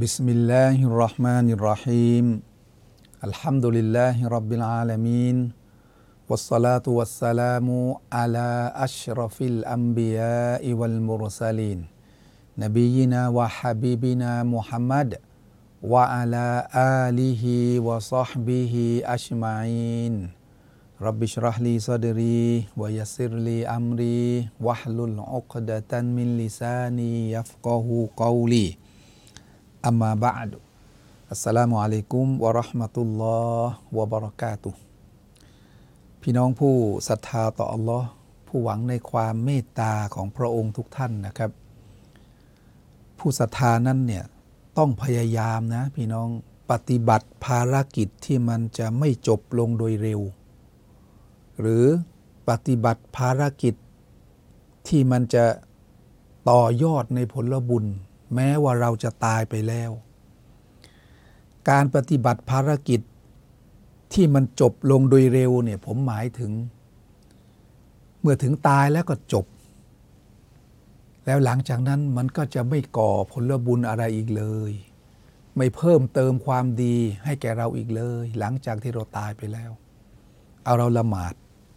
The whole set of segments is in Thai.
Bismillahirrahmanirrahim. Alhamdulillahirabbil alamin. Wassalatu wassalamu ala asyrafil anbiya'i wal mursalin. Nabiyyina wa habibina Muhammad wa ala alihi wa sahbihi ajma'in. Rabbi shrah li sadri wa yassir li amri wahlul 'uqdatan min lisani yafqahu qawli. Amma ba'du. Assalamualaikum warahmatullahi wabarakatuh พี่น้องผู้ศรัทธาต่ออัลลอฮ์ผู้หวังในความเมตตาของพระองค์ทุกท่านนะครับผู้ศรัทธานั้นเนี่ยต้องพยายามนะพี่น้องปฏิบัติภารกิจที่มันจะไม่จบลงโดยเร็วหรือปฏิบัติภารกิจที่มันจะต่อยอดในผลบุญแม้ว่าเราจะตายไปแล้วการปฏิบัติภารกิจที่มันจบลงโดยเร็วเนี่ยผมหมายถึงเมื่อถึงตายแล้วก็จบแล้วหลังจากนั้นมันก็จะไม่ก่อผลบุญอะไรอีกเลยไม่เพิ่มเติมความดีให้แก่เราอีกเลยหลังจากที่เราตายไปแล้วเอาเราละหมาด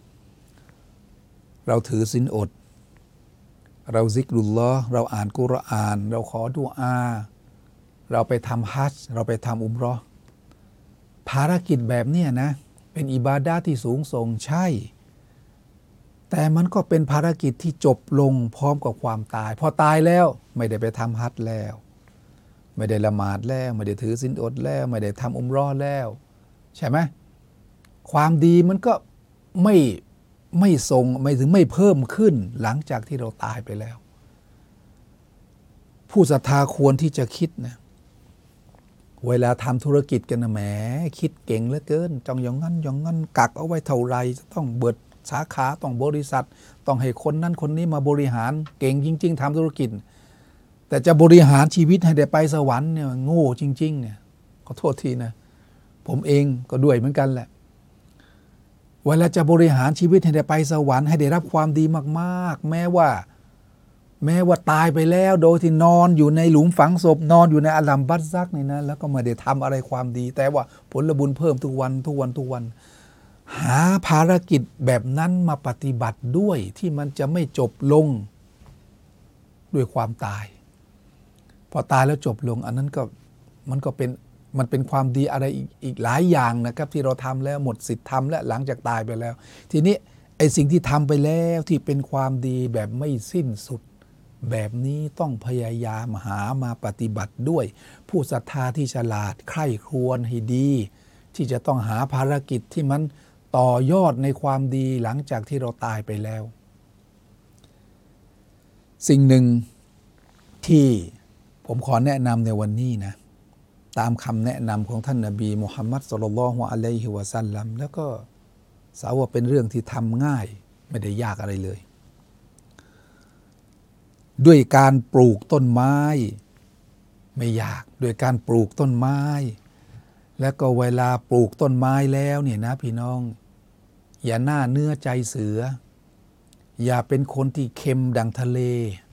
เราถือศีลอดเราซิกรุลลอฮ์เราอ่านกุรอานเราขอดุอาเราไปทำฮัจญ์เราไปทำอุมเราะห์ภารกิจแบบนี้นะเป็นอิบาดะห์ที่สูงส่งใช่แต่มันก็เป็นภารกิจที่จบลงพร้อมกับความตายพอตายแล้วไม่ได้ไปทำฮัจญ์แล้วไม่ได้ละหมาดแล้วไม่ได้ถือศีลอดแล้วไม่ได้ทำอุมเราะห์แล้วใช่ไหมความดีมันก็ไม่ส่งไม่ถึงไม่เพิ่มขึ้นหลังจากที่เราตายไปแล้วผู้ศรัทธาควรที่จะคิดนะเวลาทำธุรกิจกันนะแหมคิดเก่งเหลือเกินต้องอย่างนั้นกักเอาไว้เท่าไรต้องเบิดสาขาต้องบริษัทต้องให้คนนั้นคนนี้มาบริหารเก่งจริงๆทำธุรกิจแต่จะบริหารชีวิตให้ได้ไปสวรรค์เนี่ยโง่จริงๆเนี่ยขอโทษทีนะผมเองก็ด้วยเหมือนกันแหละเวลาจะบริหารชีวิตให้ได้ไปสวรรค์ให้ได้รับความดีมากๆแม้ว่าตายไปแล้วโดยที่นอนอยู่ในหลุมฝังศพนอนอยู่ในอาลัมบัรซักนี่นะแล้วก็ไม่ได้ทำอะไรความดีแต่ว่าผลบุญเพิ่มทุกวันหาภารกิจแบบนั้นมาปฏิบัติด้วยที่มันจะไม่จบลงด้วยความตายพอตายแล้วจบลงอันนั้นก็มันเป็นความดีอะไรอีกหลายอย่างนะครับที่เราทำแล้วหมดสิทธิ์ทำและหลังจากตายไปแล้วทีนี้ไอ้สิ่งที่ทำไปแล้วที่เป็นความดีแบบไม่สิ้นสุดแบบนี้ต้องพยายามหามาปฏิบัติด้วยผู้ศรัทธาที่ฉลาดใคร่ครวญให้ดีที่จะต้องหาภารกิจที่มันต่อยอดในความดีหลังจากที่เราตายไปแล้วสิ่งหนึ่งที่ผมขอแนะนำในวันนี้นะตามคำแนะนำของท่านนบีมุฮัมมัดศ็อลลัลลอฮุอะลัยฮิวะซัลลัมแล้วก็สาวว่าเป็นเรื่องที่ทำง่ายไม่ได้ยากอะไรเลยด้วยการปลูกต้นไม้ไม่ยากด้วยการปลูกต้นไม้แล้วก็เวลาปลูกต้นไม้แล้วเนี่ยนะพี่น้องอย่าหน้าเนื้อใจเสืออย่าเป็นคนที่เค็มดังทะเล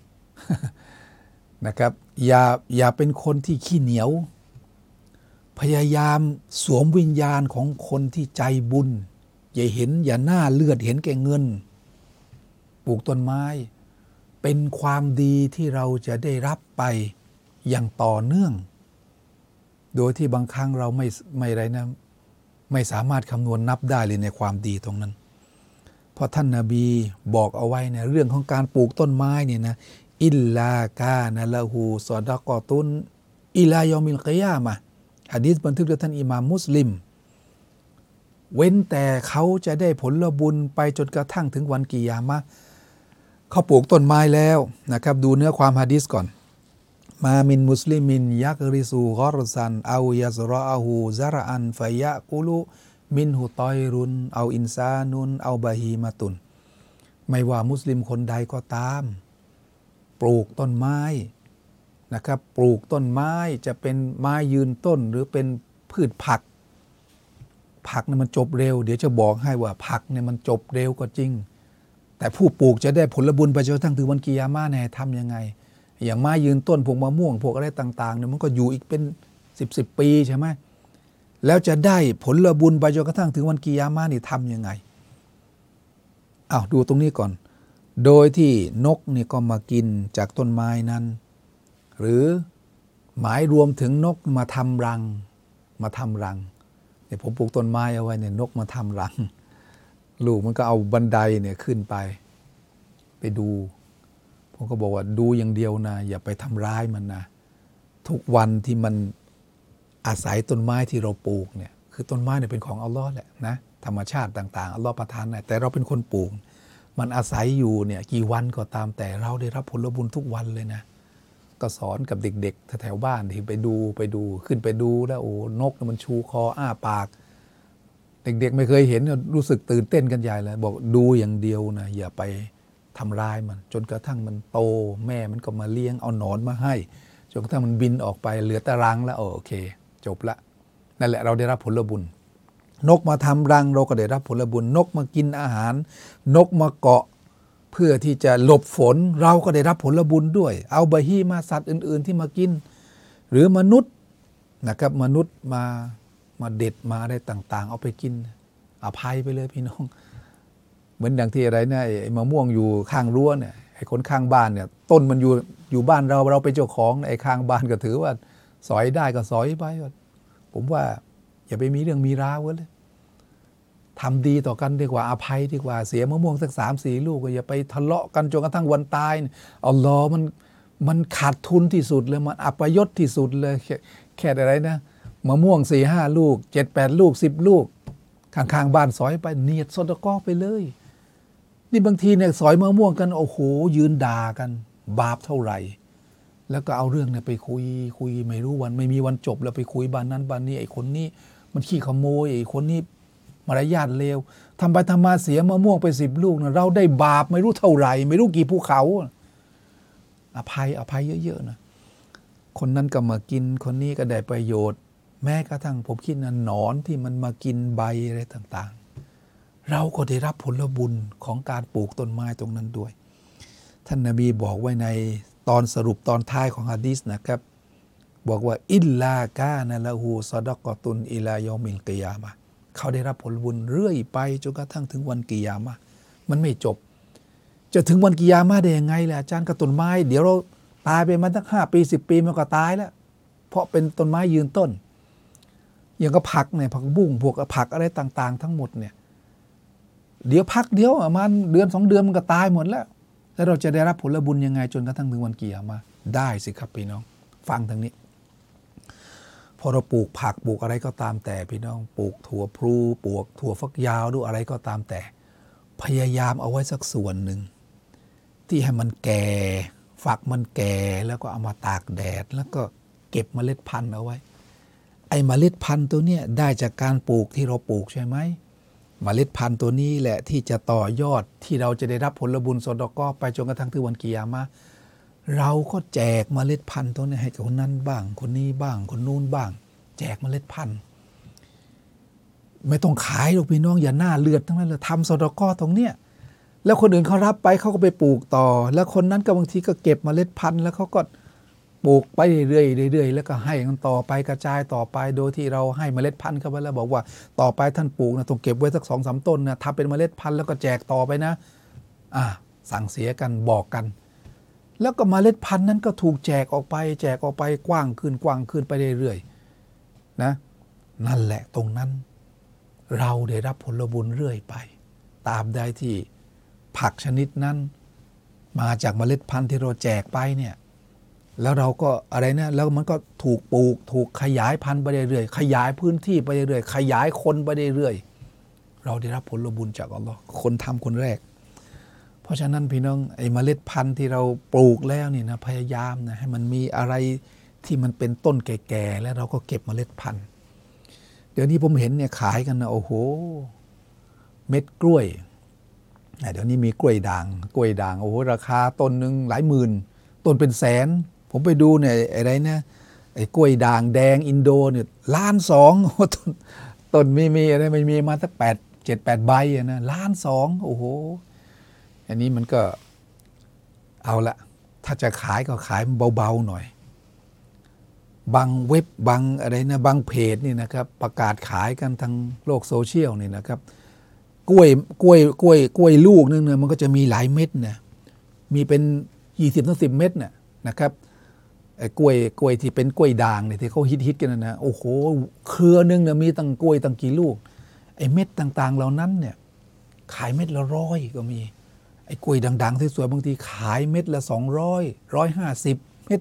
นะครับอย่าเป็นคนที่ขี้เหนียวพยายามสวมวิญญาณของคนที่ใจบุญอย่าหน้าเลือดเห็นแก่เงินปลูกต้นไม้เป็นความดีที่เราจะได้รับไปอย่างต่อเนื่องโดยที่บางครั้งเราไม่ไรนะไม่สามารถคำนวณนับได้เลยในความดีตรงนั้นเพราะท่านนบีบอกเอาไว้ในเรื่องของการปลูกต้นไม้เนี่ยนะอิลลากานะละหูซอดะกอตุนอิลายอมิลกิยามะห์หะดีษบันทึกโดยท่านอิหม่ามมุสลิมเว้นแต่เขาจะได้ผลบุญไปจนกระทั่งถึงวันกิยามะห์เขาปลูกต้นไม้แล้วนะครับดูเนื้อความหะดีษก่อนมามินมุสลิมินยักริซูกอรซันเอายัซรออะฮูซะรอันฟะยะกุลุมินฮุตอยรุนเอาอินซานุนเอาบะฮีมะตุนไม่ว่ามุสลิมคนใดก็ตามปลูกต้นไม้นะครับปลูกต้นไม้จะเป็นไม้ยืนต้นหรือเป็นพืชผักเนี่ยมันจบเร็วเดี๋ยวจะบอกให้ว่าผักเนี่ยมันจบเร็วก็จริงแต่ผู้ปลูกจะได้ผลบุญไปจนกระทั่งถึงวันกิยามะห์เนี่ยทำยังไงอย่างไม้ยืนต้นพวกมะม่วงพวกอะไรต่างๆเนี่ยมันก็อยู่อีกเป็น10 ปีใช่ไหมแล้วจะได้ผลบุญไปจนกระทั่งถึงวันกิยามะห์นี่ทำยังไงดูตรงนี้ก่อนโดยที่นกนี่ก็มากินจากต้นไม้นั้นหรือหมายรวมถึงนกมาทำรังเนี่ยผมปลูกต้นไม้เอาไว้เนี่ยนกมาทำรังลูกมันก็เอาบันไดเนี่ยขึ้นไปดูผมก็บอกว่าดูอย่างเดียวนะอย่าไปทำร้ายมันนะทุกวันที่มันอาศัยต้นไม้ที่เราปลูกเนี่ยคือต้นไม้เนี่ยเป็นของอัลลอฮ์แหละนะธรรมชาติต่างๆอัลลอฮ์ประทานแต่เราเป็นคนปลูกมันอาศัยอยู่เนี่ยกี่วันก็ตามแต่เราได้รับผลบุญทุกวันเลยนะก็สอนกับเด็กๆแถวบ้านที่ไปดูขึ้นไปดูแล้วโอ้นกมันชูคออ้าปากเด็กๆไม่เคยเห็นรู้สึกตื่นเต้นกันใหญ่เลยบอกดูอย่างเดียวนะอย่าไปทำร้ายมันจนกระทั่งมันโตแม่มันก็มาเลี้ยงเอาหนอนมาให้จนกระทั่งมันบินออกไปเหลือแต่รังแล้วโอเคจบละนั่นแหละเราได้รับผลบุญนกมาทำรังเราก็ได้รับผลบุญนกมากินอาหารนกมาเกาะเพื่อที่จะหลบฝนเราก็ได้รับผลบุญด้วยเอาบะฮีมาสัตว์อื่นๆที่มากินหรือมนุษย์นะครับมนุษย์มาเด็ดมาอะไรต่างๆเอาไปกินอภัยไปเลยพี่น้องเหมือนอย่างที่อะไรนะไอ้มะม่วงอยู่ข้างรั้วเนี่ยไอ้คนข้างบ้านเนี่ยต้นมันอยู่บ้านเราเป็นเจ้าของไอ้ข้างบ้านก็ถือว่าสอยได้ก็สอยไปผมว่าอย่าไปมีเรื่องมีราวกันเลยทำดีต่อกันดีกว่าอภัยดีกว่าเสียมะม่วงสัก3-4 ลูกก็อย่าไปทะเลาะกันจนกระทั่งวันตายอัลลอฮ์มันขาดทุนที่สุดเลยมันอัปยศที่สุดเลยแค่อะไรนะมะม่วง4-5 ลูก7-8 ลูก10 ลูกข้างๆบ้านสอยไปเนียดซอดะกอไปเลยนี่บางทีเนี่ยสอยมะม่วงกันโอ้โหยืนด่ากันบาปเท่าไหร่แล้วก็เอาเรื่องเนี่ยไปคุยไม่รู้วันไม่มีวันจบแล้วไปคุยบ้านนั้นบ้านนี้ไอ้คนนี้มันขี้ขโมยไอ้คนนี้มารยาทเลวทำไปทำมาเสียมะม่วงไป10 ลูกนะเราได้บาปไม่รู้เท่าไหร่ไม่รู้กี่ภูเขาอภัยเยอะๆนะคนนั้นก็มากินคนนี้ก็ได้ประโยชน์แม้กระทั่งผมคิดนะหนอนที่มันมากินใบอะไรต่างๆเราก็ได้รับผลบุญของการปลูกต้นไม้ตรงนั้นด้วยท่านนบีบอกไว้ในตอนสรุปตอนท้ายของหะดีษนะครับบอกว่าอิลลากานะละฮูซอดะกอตุนอิลายอมิลกิยามะห์เขาได้รับผลบุญเรื่อยไปจนกระทั่งถึงวันกิยามะห์มันไม่จบจะถึงวันกิยามะห์ได้ยังไงล่ะอาจารย์กับต้นไม้เดี๋ยวเราตายไปมันตั้ง5 ปี10 ปีมันก็ตายแล้วเพราะเป็นต้นไม้ยืนต้นอย่างกับผักเนี่ยผักบุ้งพวกผักอะไรต่างๆทั้งหมดเนี่ยเดี๋ยวพักเดียวมันเดือน2 เดือนมันก็ตายหมดแล้วเราจะได้รับผลบุญยังไงจนกระทั่งถึงวันกิยามะห์ได้สิครับพี่น้องฟังทางนี้พอเราปลูกผักปลูกอะไรก็ตามแต่พี่น้องปลูกถั่วพลูปลูกถั่วฟักยาวดูอะไรก็ตามแต่พยายามเอาไว้สักส่วนหนึ่งที่ให้มันแก่ฝักมันแก่แล้วก็เอามาตากแดดแล้วก็เก็บเมล็ดพันธุ์เอาไว้ไอ้เมล็ดพันธุ์ตัวเนี้ยได้จากการปลูกที่เราปลูกใช่ไหมเมล็ดพันธุ์ตัวนี้แหละที่จะต่อยอดที่เราจะได้รับผลบุญซอดะกอไปจนกระทั่งถึงวันกิยามะห์เราก็แจกเมล็ดพันธุ์ตัวนี้ให้กับคนนั้นบ้างคนนี้บ้างคนนู้นบ้างแจกเมล็ดพันธุ์ไม่ต้องขายหรอกพี่น้องอย่าหน้าเลือดทั้งนั้นเลยทำซอดะกอตรงเนี้ยแล้วคนอื่นเขารับไปเขาก็ไปปลูกต่อแล้วคนนั้นก็บางทีก็เก็บเมล็ดพันธุ์แล้วเขาก็ปลูกไปเรื่อยๆแล้วก็ให้กันต่อไปกระจายต่อไปโดยที่เราให้เมล็ดพันธุ์เข้าไปแล้วบอกว่าต่อไปท่านปลูกนะต้องเก็บไว้สัก2-3 ต้นนะทำเป็นเมล็ดพันธุ์แล้วก็แจกต่อไปนะสั่งเสียกันบอกกันแล้วก็เมล็ดพันธุ์นั้นก็ถูกแจกออกไปกว้างขึ้นไปเรื่อยๆนะนั่นแหละตรงนั้นเราได้รับผลบุญเรื่อยไปตามใดที่ผักชนิดนั้นมาจากเมล็ดพันธุ์ที่เราแจกไปเนี่ยแล้วเราก็อะไรนะแล้วมันก็ถูกปลูกถูกขยายพันธุ์ไปเรื่อยๆขยายพื้นที่ไปเรื่อยๆขยายคนไปเรื่อยๆเราได้รับผลบุญจากอัลลอฮ์คนทำคนแรกเพราะฉะนั้นพี่น้องไอ้เมล็ดพันธุ์ที่เราปลูกแล้วนี่นะพยายามนะให้มันมีอะไรที่มันเป็นต้นแก่ๆแล้วเราก็เก็บเมล็ดพันธุ์เดี๋ยวนี้ผมเห็นเนี่ยขายกันนะโอ้โหเม็ดกล้วยเดี๋ยวนี้มีกล้วยด่างโอ้โหราคาต้นนึงหลายหมื่นต้นเป็นแสนผมไปดูเนี่ยอะไรนะไอ้กล้วยด่างแดงอินโดเนี่ย1.2 ล้านต้นมีอะไรไม่มีมาสัก7-8 ใบนะ1.2 ล้านโอ้โหอันนี้มันก็เอาละถ้าจะขายก็ขายเบาๆหน่อยบางเว็บบางอะไรนะบางเพจนี่นะครับประกาศขายกันทางโลกโซเชียลนี่นะครับกล้วยลูกนึงเนี่ยมันก็จะมีหลายเม็ดเนี่ยมีเป็น20-10 เม็ดเนี่ยนะครับไอ้กล้วยที่เป็นกล้วยด่างเนี่ยที่เขาฮิตกันนะโอ้โหเครือนึงเนี่ยมีตั้งกล้วยตั้งกี่ลูกไอ้เม็ดต่างๆเหล่านั้นเนี่ยขายเม็ดละ100ก็มีไอ้กล้วยดังๆสวยๆบางทีขายเม็ดละ200 150 เม็ด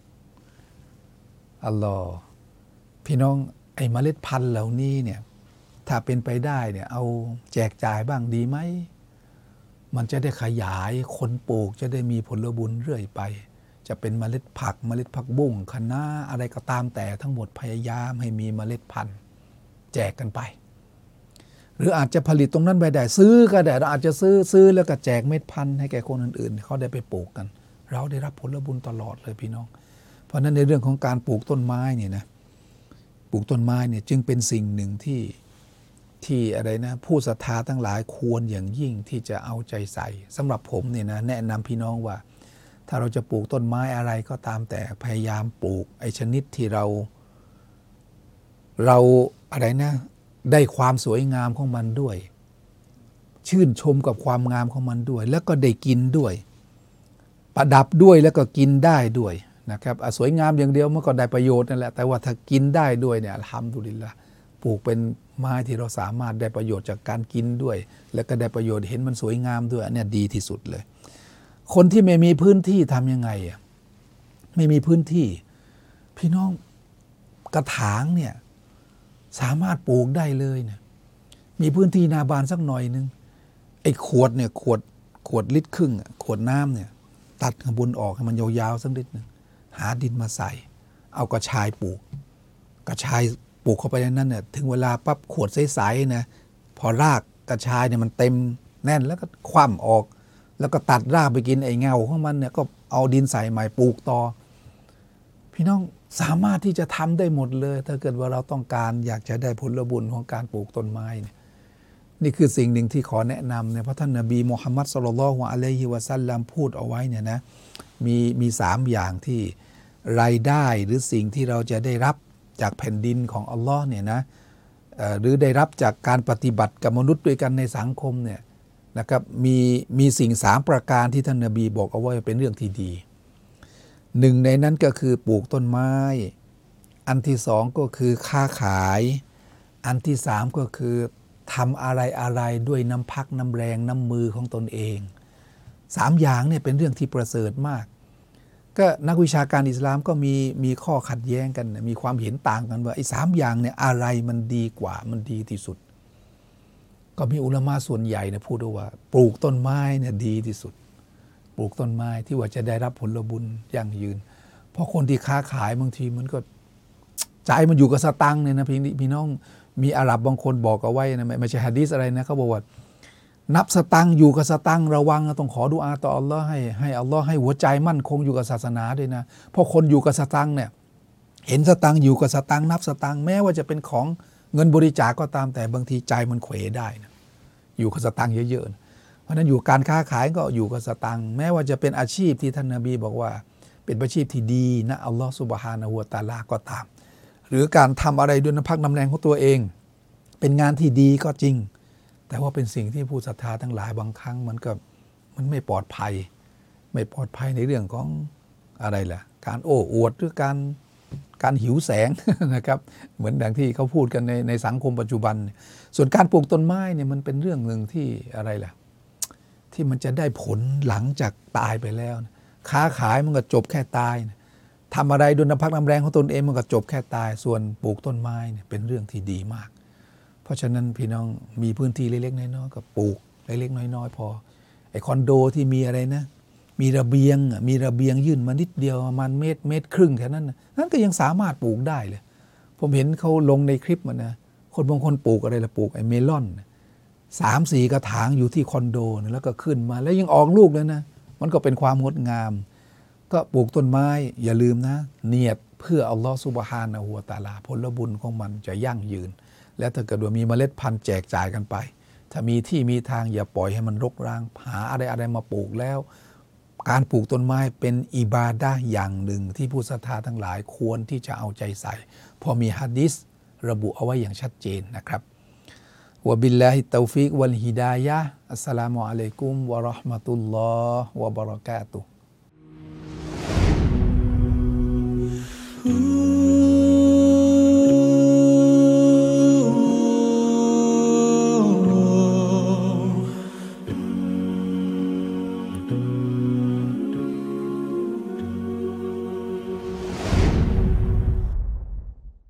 อัลลอฮ์พี่น้องไอ้เมล็ดพันธุ์เหล่านี้เนี่ยถ้าเป็นไปได้เนี่ยเอาแจกจ่ายบ้างดีไหมมันจะได้ขยายคนปลูกจะได้มีผลบุญเรื่อยไปจะเป็นเมล็ดผักเมล็ดผักบุ้งคะน้าอะไรก็ตามแต่ทั้งหมดพยายามให้มีเมล็ดพันธุ์แจกกันไปหรืออาจจะผลิตตรงนั้นไปได้ซื้อก็ได้เราอาจจะซื้อแล้วก็แจกเม็ดพันธุ์ให้แก่คนอื่นๆเขาได้ไปปลูกกันเราได้รับผลบุญตลอดเลยพี่น้องเพราะนั้นในเรื่องของการปลูกต้นไม้เนี่ยนะปลูกต้นไม้เนี่ยจึงเป็นสิ่งหนึ่งที่อะไรนะผู้ศรัทธาทั้งหลายควรอย่างยิ่งที่จะเอาใจใส่สำหรับผมเนี่ยนะแนะนำพี่น้องว่าถ้าเราจะปลูกต้นไม้อะไรก็ตามแต่พยายามปลูกไอ้ชนิดที่เราอะไรนะได้ความสวยงามของมันด้วยชื่นชมกับความงามของมันด้วยแล้วก็ได้กินด้วยประดับด้วยแล้วก็กินได้ด้วยนะครับสวยงามอย่างเดียวมันก็ได้ประโยชน์นั่นแหละแต่ว่าถ้ากินได้ด้วยเนี่ยอัลฮัมดุลิลละห์ปลูกเป็นไม้ที่เราสามารถได้ประโยชน์จากการกินด้วยแล้วก็ได้ประโยชน์เห็นมันสวยงามด้วยเนี่ยดีที่สุดเลยคนที่ไม่มีพื้นที่ทำยังไงอ่ะไม่มีพื้นที่พี่น้องกระถางเนี่ยสามารถปลูกได้เลยเนี่ยมีพื้นที่นาบานสักหน่อยนึงไอ้ขวดเนี่ยขวดลิตรครึ่งขวดน้ำเนี่ยตัดข้างบนออกให้มันยาวๆสักนิดนึงหาดินมาใส่เอากระชายปลูกกระชายปลูกเข้าไปในนั้นเนี่ยถึงเวลาปั๊บขวดใสๆนะพอรากกระชายเนี่ยมันเต็มแน่นแล้วก็คว่ำออกแล้วก็ตัดรากไปกินไอ้เงาของมันเนี่ยก็เอาดินใส่ใหม่ปลูกต่อพี่น้องสามารถที่จะทำได้หมดเลยถ้าเกิดว่าเราต้องการอยากจะได้ผลบุญของการปลูกต้นไม้เนี่ยนี่คือสิ่งหนึ่งที่ขอแนะนำเนี่ยเพราะท่านนบีมุฮัมมัดศ็อลลัลลอฮุอะลัยฮิวะซัลลัมพูดเอาไว้เนี่ยนะมี3 อย่างที่รายได้หรือสิ่งที่เราจะได้รับจากแผ่นดินของอัลลอฮ์เนี่ยนะหรือได้รับจากการปฏิบัติกับมนุษย์ด้วยกันในสังคมเนี่ยนะครับมีสิ่ง3 ประการที่ท่านนบีบอกเอาไว้เป็นเรื่องที่ดีหนึ่งในนั้นก็คือปลูกต้นไม้อันที่2ก็คือค้าขายอันที่3ก็คือทำอะไรด้วยน้ำพักน้ำแรงน้ำมือของตนเอง3 อย่างเนี่ยเป็นเรื่องที่ประเสริฐมากก็นักวิชาการอิสลามก็มีข้อขัดแย้งกันมีความเห็นต่างกันว่าไอ้3 อย่างเนี่ยอะไรมันดีกว่ามันดีที่สุดก็มีอุลามะส่วนใหญ่เนี่ยพูดว่าปลูกต้นไม้เนี่ยดีที่สุดปลูกต้นไม้ที่ว่าจะได้รับผลบุญยั่งยืนเพราะคนที่ค้าขายบางทีมันก็ใจมันอยู่กับสตังค์เนี่ยนะพี่น้องมีอาหรับบางคนบอกเอาไว้นะไม่ใช่หะดีษอะไรนะเขาบอกว่านับสตังค์อยู่กับสตังค์ระวังต้องขอดุอาต่ออัลลอฮ์ให้อัลลอฮ์ให้หัวใจมั่นคงอยู่กับศาสนาด้วยนะเพราะคนอยู่กับสตังค์เนี่ยเห็นสตังค์อยู่กับสตังค์นับสตังค์แม้ว่าจะเป็นของเงินบริจาคก็ตามแต่บางทีใจมันเขวได้นะอยู่กับสตังค์เยอะๆเพราะนั้นอยู่การค้าขายก็อยู่กับสตังค์แม้ว่าจะเป็นอาชีพที่ท่านนบีบอกว่าเป็นอาชีพที่ดีนะอัลลอฮ์ซุบฮานะฮูวะตะอาลาก็ตามหรือการทำอะไรด้วยน้ำพักน้ำแรงของตัวเองเป็นงานที่ดีก็จริงแต่ว่าเป็นสิ่งที่ผู้ศรัทธาทั้งหลายบางครั้งมันไม่ปลอดภัยในเรื่องของอะไรล่ะการโอ้อวดหรือการหิวแสง นะครับเหมือนอย่างที่เขาพูดกันในสังคมปัจจุบันส่วนการปลูกต้นไม้เนี่ยมันเป็นเรื่องหนึ่งที่อะไรล่ะที่มันจะได้ผลหลังจากตายไปแล้วค้าขายมันก็จบแค่ตายทำอะไรด้วยน้ำพักน้ำแรงของตนเองมันก็จบแค่ตายส่วนปลูกต้นไม้เนี่ยเป็นเรื่องที่ดีมากเพราะฉะนั้นพี่น้องมีพื้นที่เล็กๆน้อยๆก็ปลูกเล็กๆน้อยๆพอไอ้คอนโดที่มีอะไรนะมีระเบียงยื่นมานิดเดียวประมาณเมตรครึ่งแค่นั้นนั่นก็ยังสามารถปลูกได้เลยผมเห็นเขาลงในคลิปมันนะคนบางคนปลูกอะไรล่ะปลูกไอ้เมลอน3-4 กระถางอยู่ที่คอนโดนะแล้วก็ขึ้นมาแล้วยังออกลูกเลยนะมันก็เป็นความงดงามก็ปลูกต้นไม้อย่าลืมนะเนียดเพื่ออัลลอฮฺซุบฮานะฮูวะตะอาลาผลบุญของมันจะยั่งยืนและถ้าเกิดว่ามีเมล็ดพันธุ์แจกจ่ายกันไปถ้ามีที่มีทางอย่าปล่อยให้มันรกร้างหาอะไรมาปลูกแล้วการปลูกต้นไม้เป็นอิบาดะห์อย่างหนึ่งที่ผู้ศรัทธาทั้งหลายควรที่จะเอาใจใส่พอมีหะดีษระบุเอาไว้อย่างชัดเจนนะครับวะบิลลาฮิตตอฟิกวัลฮิดายะฮ์อัสสลามุอะลัยกุมวะเราะห์มะตุลลอฮ์วะบะเราะกาตุฮ์